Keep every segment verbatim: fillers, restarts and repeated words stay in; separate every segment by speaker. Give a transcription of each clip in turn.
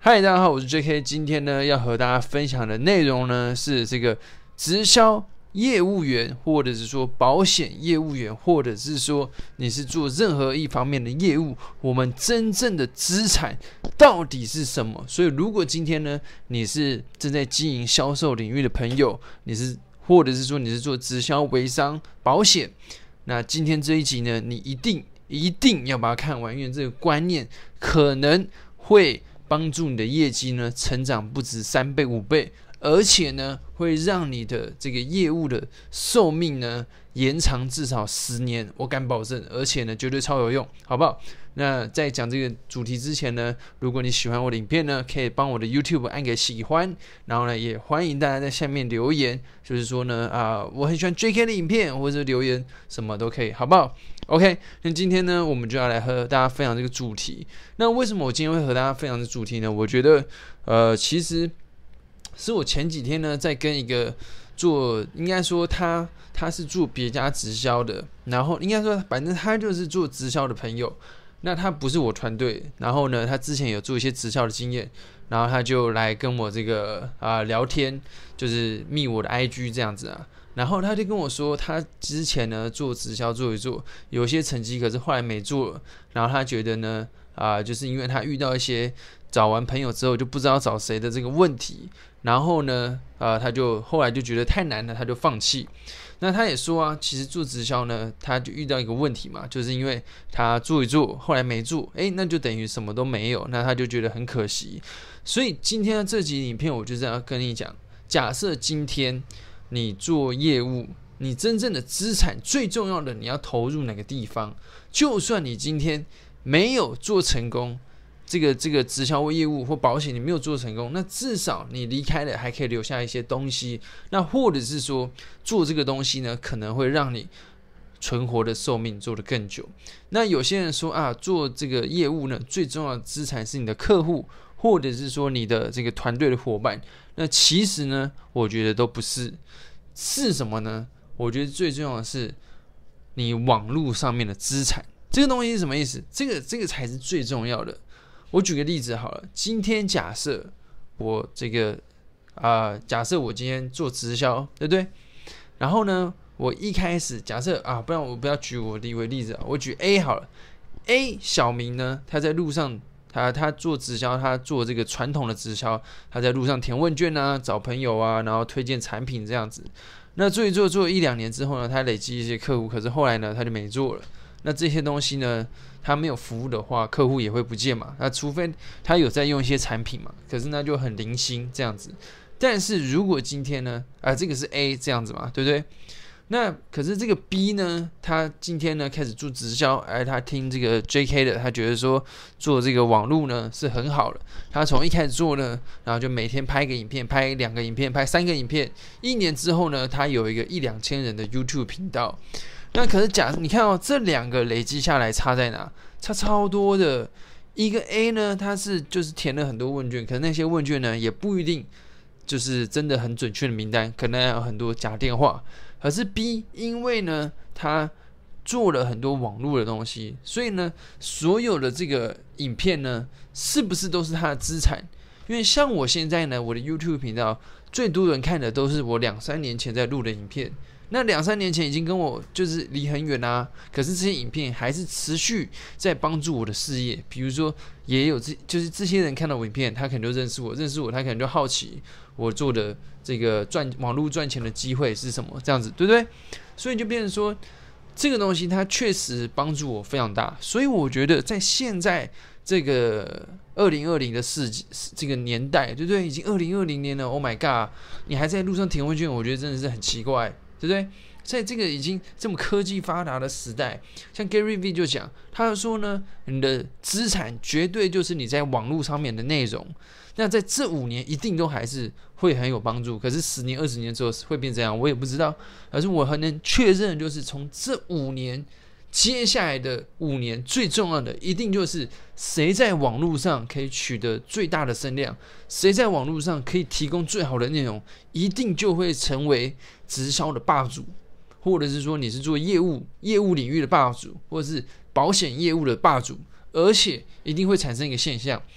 Speaker 1: 嗨，大家好，我是 J K。今天呢，要和大家分享的内容呢是这个直销业务员，或者是说保险业务员，或者是说你是做任何一方面的业务，我们真正的资产到底是什么？所以，如果今天呢，你是正在经营销售领域的朋友，你是或者是说你是做直销、微商、保险，那今天这一集呢，你一定一定要把它看完，因为这个观念可能会帮助你的业绩呢成长不止三倍五倍，而且呢会让你的这个业务的寿命呢延长至少十年，我敢保证，而且呢绝对超有用，好不好？那在讲这个主题之前呢，如果你喜欢我的影片呢，可以帮我的 YouTube 按个喜欢，然后呢也欢迎大家在下面留言，就是说呢啊、呃，我很喜欢 J K 的影片，或者留言什么都可以，好不好 ？OK， 那今天呢我们就要来和大家分享这个主题。那为什么我今天会和大家分享这个主题呢？我觉得呃其实是我前几天呢在跟一个做，应该说他他是做别家直销的，然后应该说反正他就是做直销的朋友。那他不是我团队，然后呢，他之前有做一些直销的经验，然后他就来跟我这个啊、呃、聊天，就是密我的 I G 这样子啊，然后他就跟我说，他之前呢做直销做一做，有些成绩，可是后来没做了，然后他觉得呢啊、呃，就是因为他遇到一些找完朋友之后就不知道找谁的这个问题，然后呢，呃，他就后来就觉得太难了，他就放弃。那他也说啊，其实做直销呢，他就遇到一个问题嘛，就是因为他做一做，后来没做，哎，那就等于什么都没有，那他就觉得很可惜。所以今天的这集影片，我就是要跟你讲，假设今天你做业务，你真正的资产最重要的，你要投入哪个地方？就算你今天没有做成功，这个这个直销业务或保险你没有做成功，那至少你离开了还可以留下一些东西，那或者是说做这个东西呢，可能会让你存活的寿命做得更久。那有些人说啊，做这个业务呢，最重要的资产是你的客户，或者是说你的这个团队的伙伴。那其实呢，我觉得都不是，是什么呢？我觉得最重要的是你网络上面的资产，这个东西是什么意思？这个这个才是最重要的。我举个例子好了，今天假设我这个啊、呃，假设我今天做直销，对不对？然后呢，我一开始假设啊，不然我不要举我的为例子啊，我举 A 好了。A 小明呢，他在路上，他他做直销，他做这个传统的直销，他在路上填问卷啊，找朋友啊，然后推荐产品这样子。那做一做做一两年之后呢，他累积一些客户，可是后来呢，他就没做了。那这些东西呢，他没有服务的话，客户也会不见嘛。那除非他有在用一些产品嘛，可是那就很零星这样子。但是如果今天呢，啊、呃，这个是 A 这样子嘛，对不对？那可是这个 B 呢，他今天呢开始做直销，哎，他听这个 J K 的，他觉得说做这个网络呢是很好的。他从一开始做呢，然后就每天拍一个影片，拍两个影片，拍三个影片。一年之后呢，他有一个一两千人的 YouTube 频道。那可是假设你看哦，这两个累积下来差在哪？差超多的。一个 A 呢，它是就是填了很多问卷，可是那些问卷呢也不一定就是真的很准确的名单，可能还有很多假电话。可是 B 因为呢，他做了很多网络的东西，所以呢，所有的这个影片呢，是不是都是他的资产？因为像我现在呢，我的 YouTube 频道最多人看的都是我两三年前在录的影片。那两三年前已经跟我就是离很远啦、啊，可是这些影片还是持续在帮助我的事业。比如说，也有这就是这些人看到我影片，他可能就认识我，认识我，他可能就好奇我做的这个赚网络赚钱的机会是什么，这样子，对不对？所以就变成说，这个东西它确实帮助我非常大。所以我觉得在现在这个二零二零的世纪这个年代，对不对？已经二零二零年了 ，Oh my god！ 你还在路上填问卷，我觉得真的是很奇怪。对不对？在这个已经这么科技发达的时代，像 Gary V 就讲，他说呢，你的资产绝对就是你在网络上面的内容。那在这五年一定都还是会很有帮助，可是十年、二十年之后会变怎样，我也不知道。可是我很能确认，就是从这五年，接下来的五年最重要的，一定就是谁在网络上可以取得最大的声量，谁在网络上可以提供最好的内容，一定就会成为直销的霸主，或者是说你是做业务业务领域的霸主，或者是保险业务的霸主，而且一定会产生一个现象，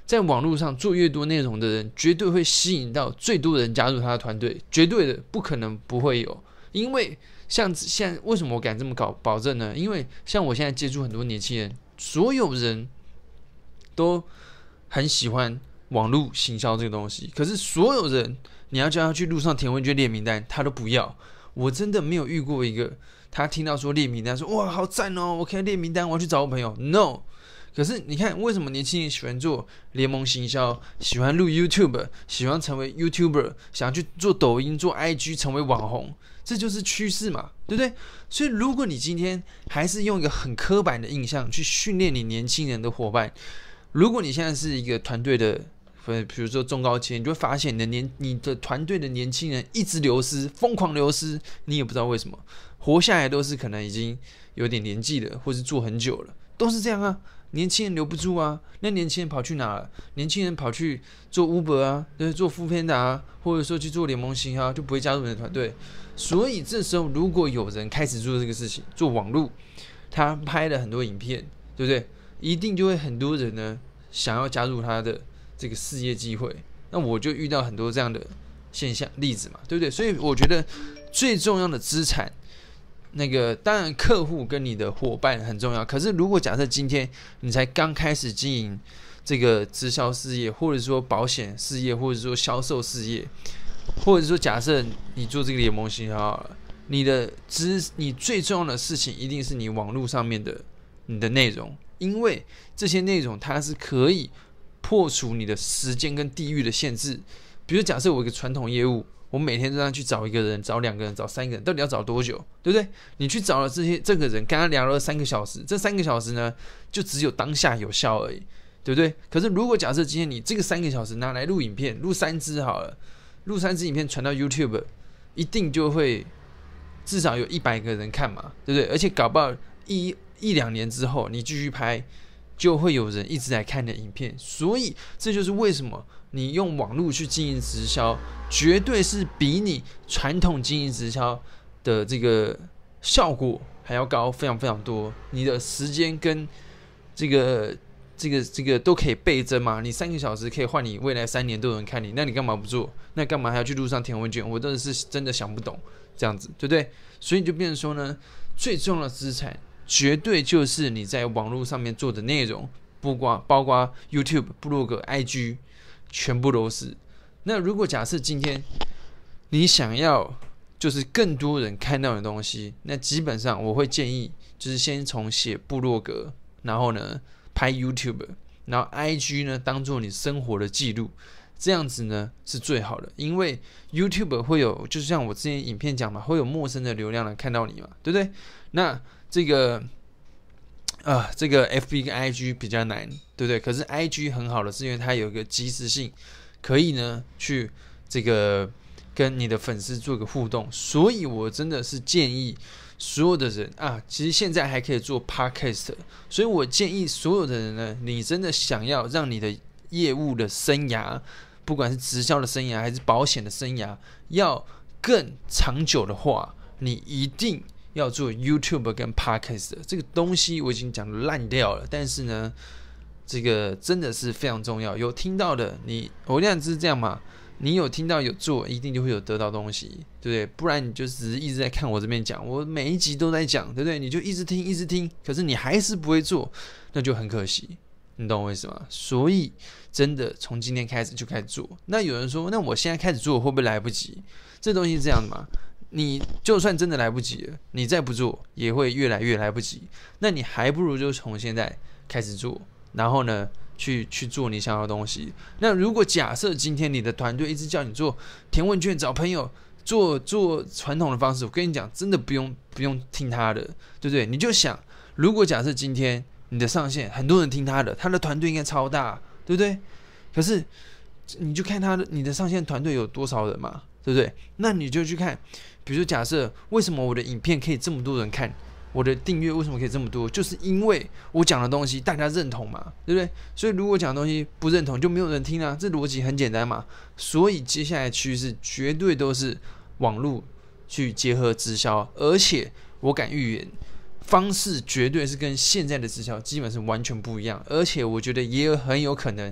Speaker 1: 在网络上做越多内容的人，绝对会吸引到最多人加入他的团队，绝对的，不可能不会有。因为像现在为什么我敢这么搞保证呢？因为像我现在接触很多年轻人，所有人都很喜欢网络行销这个东西，可是所有人你要叫他去路上填问卷列名单，他都不要。我真的没有遇过一个他听到说列名单，说哇好赞哦，我可以列名单，我要去找我朋友。No。可是你看，为什么年轻人喜欢做联盟行销，喜欢录 YouTube， 喜欢成为 YouTuber， 想要去做抖音、做 I G， 成为网红？这就是趋势嘛，对不对？所以，如果你今天还是用一个很刻板的印象去训练你年轻人的伙伴，如果你现在是一个团队的，比如说中高阶，你就会发现你的年、你的团队的年轻人一直流失，疯狂流失，你也不知道为什么，活下来都是可能已经有点年纪了，或是做很久了，都是这样啊。年轻人留不住啊，那年轻人跑去哪了？年轻人跑去做 Uber 啊，对，做 Foodpanda 啊，或者说去做联盟行销，就不会加入你的团队。所以这时候，如果有人开始做这个事情，做网络，他拍了很多影片，对不对？一定就会很多人呢想要加入他的这个事业机会。那我就遇到很多这样的现象例子嘛，对不对？所以我觉得最重要的资产。那个当然，客户跟你的伙伴很重要。可是，如果假设今天你才刚开始经营这个直销事业，或者说保险事业，或者说销售事业，或者说假设你做这个联盟行销好了，你的资你最重要的事情一定是你网络上面的你的内容，因为这些内容它是可以破除你的时间跟地域的限制。比如假设我有一个传统业务。我每天都要去找一个人，找两个人，找三个人，到底要找多久？对不对？你去找了这些这个人，跟他聊了三个小时，这三个小时呢，就只有当下有效而已，对不对？可是如果假设今天你这个三个小时拿来录影片，录三支好了，录三支影片传到 YouTube， 一定就会至少有一百个人看嘛，对不对？而且搞不好一一两年之后，你继续拍，就会有人一直来看你的影片。所以这就是为什么你用网络去经营直销。绝对是比你传统经营直销的这个效果还要高，非常非常多。你的时间跟这个、这个、这个都可以倍增嘛。你三个小时可以换你未来三年都有人看你，那你干嘛不做？那干嘛还要去路上填问卷？我真的是真的想不懂这样子，对不对？所以就变成说呢，最重要的资产绝对就是你在网络上面做的内容，不光包括 YouTube、Blog、I G， 全部都是。那如果假设今天你想要就是更多人看到的东西，那基本上我会建议就是先从写部落格，然后呢拍 YouTube， 然后 I G 呢当做你生活的记录，这样子呢是最好的。因为 YouTube 会有，就是像我之前影片讲嘛，会有陌生的流量来看到你嘛，对不对？那这个啊，这个 F B 跟 I G 比较难，对不对？可是 I G 很好的是因为它有一个即时性。可以呢，去这个跟你的粉丝做个互动，所以我真的是建议所有的人啊，其实现在还可以做 podcast， 所以我建议所有的人呢，你真的想要让你的业务的生涯，不管是直销的生涯还是保险的生涯，要更长久的话，你一定要做 YouTube 跟 podcast 这个东西，我已经讲烂掉了，但是呢。这个真的是非常重要，有听到的你，我这样是这样嘛？你有听到有做，一定就会有得到东西，对不对？不然你就只是一直在看我这边讲，我每一集都在讲，对不对？你就一直听一直听，可是你还是不会做，那就很可惜，你懂我意思吗？所以真的从今天开始就开始做。那有人说，那我现在开始做会不会来不及？这东西是这样的嘛？你就算真的来不及了，你再不做也会越来越来不及。那你还不如就从现在开始做。然后呢，去去做你想要的东西。那如果假设今天你的团队一直叫你做填问卷、找朋友、做做传统的方式，我跟你讲，真的不用不用听他的，对不对？你就想，如果假设今天你的上线很多人听他的，他的团队应该超大，对不对？可是你就看他的你的上线团队有多少人嘛，对不对？那你就去看，比如说假设为什么我的影片可以这么多人看？我的订阅为什么可以这么多？就是因为我讲的东西大家认同嘛，对不对？所以如果讲的东西不认同，就没有人听啊，这逻辑很简单嘛。所以接下来趋势绝对都是网络去结合直销，而且我敢预言，方式绝对是跟现在的直销基本是完全不一样，而且我觉得也有很有可能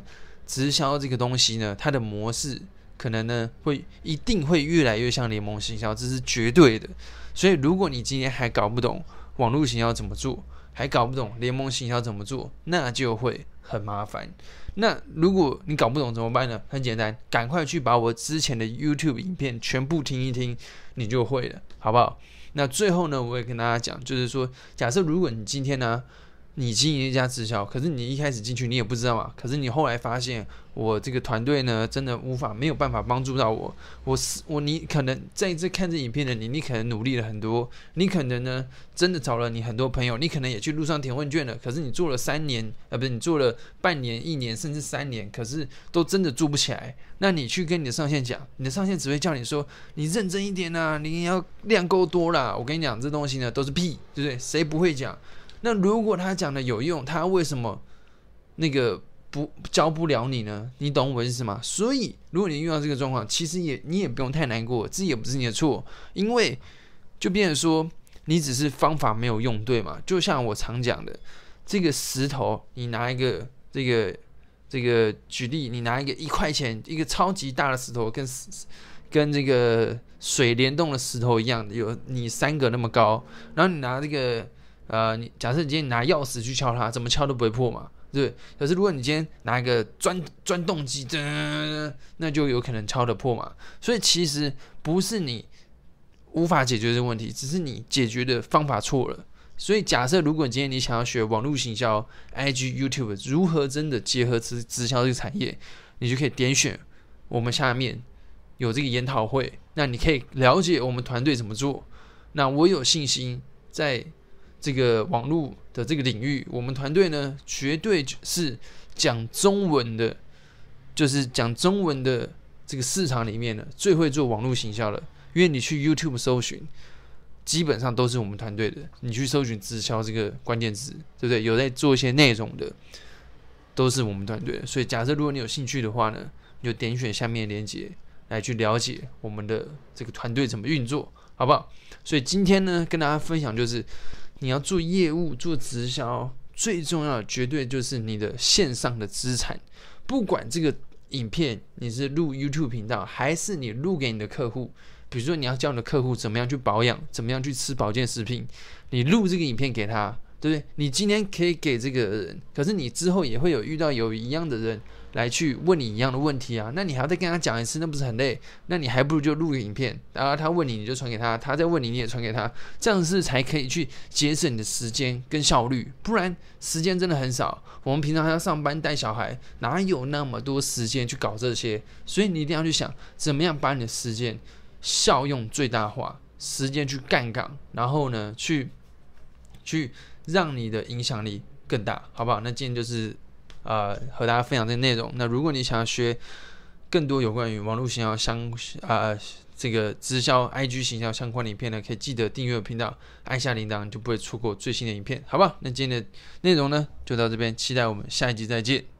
Speaker 1: 直销这个东西呢，它的模式可能呢会一定会越来越像联盟行销，这是绝对的。所以如果你今天还搞不懂网络行销怎么做，还搞不懂联盟行销怎么做，那就会很麻烦。那如果你搞不懂怎么办呢？很简单，赶快去把我之前的 YouTube 影片全部听一听，你就会了，好不好？那最后呢，我也跟大家讲，就是说，假设如果你今天呢，你经营一家直销，可是你一开始进去你也不知道嘛，可是你后来发现我这个团队呢，真的无法没有办法帮助到我，我我你可能在这看这影片的你，你可能努力了很多，你可能呢真的找了你很多朋友，你可能也去路上填问卷了，可是你做了三年，呃，不是你做了半年、一年甚至三年，可是都真的做不起来。那你去跟你的上线讲，你的上线只会叫你说，你认真一点啊，你要量够多啦。我跟你讲，这东西呢都是屁，对不对？谁不会讲？那如果他讲的有用，他为什么那个不教不了你呢？你懂我意思吗？所以如果你遇到这个状况，其实也你也不用太难过，这也不是你的错，因为就变成说你只是方法没有用对嘛。就像我常讲的，这个石头，你拿一个这个这个举例，你拿一个一块钱一个超级大的石头，跟跟这个水帘洞的石头一样，有你三个那么高，然后你拿这个。呃，你假设你今天拿钥匙去敲它，怎么敲都不会破嘛，对不对？可是如果你今天拿一个钻钻洞机，那就有可能敲得破嘛。所以其实不是你无法解决这个问题，只是你解决的方法错了。所以假设如果你今天你想要学网络行销、I G、YouTube 如何真的结合直直销这个产业，你就可以点选我们下面有这个研讨会，那你可以了解我们团队怎么做。那我有信心在这个网络的这个领域，我们团队呢绝对是讲中文的，就是讲中文的这个市场里面呢最会做网络行销了。因为你去 YouTube 搜寻，基本上都是我们团队的。你去搜寻直销这个关键字，对不对？有在做一些内容的，都是我们团队的。所以假设如果你有兴趣的话呢，你就点选下面的链接来去了解我们的这个团队怎么运作，好不好？所以今天呢，跟大家分享就是。你要做业务、做直销，最重要的绝对就是你的线上的资产。不管这个影片你是录 YouTube 频道，还是你录给你的客户，比如说你要教你的客户怎么样去保养，怎么样去吃保健食品，你录这个影片给他，对不对？你今天可以给这个人，可是你之后也会有遇到有一样的人来去问你一样的问题啊，那你还要再跟他讲一次，那不是很累？那你还不如就录个影片，然后他问你，你就传给他，他再问你，你也传给他，这样是才可以去节省你的时间跟效率。不然时间真的很少，我们平常还要上班带小孩，哪有那么多时间去搞这些？所以你一定要去想，怎么样把你的时间效用最大化，时间去干岗，然后呢，去去让你的影响力更大，好不好？那今天就是。呃，和大家分享这个内容。那如果你想要学更多有关于网络行销相呃这个直销 I G 行销相关的影片呢，可以记得订阅我频道，按下铃铛，就不会错过最新的影片，好不好？那今天的内容呢，就到这边，期待我们下一集再见。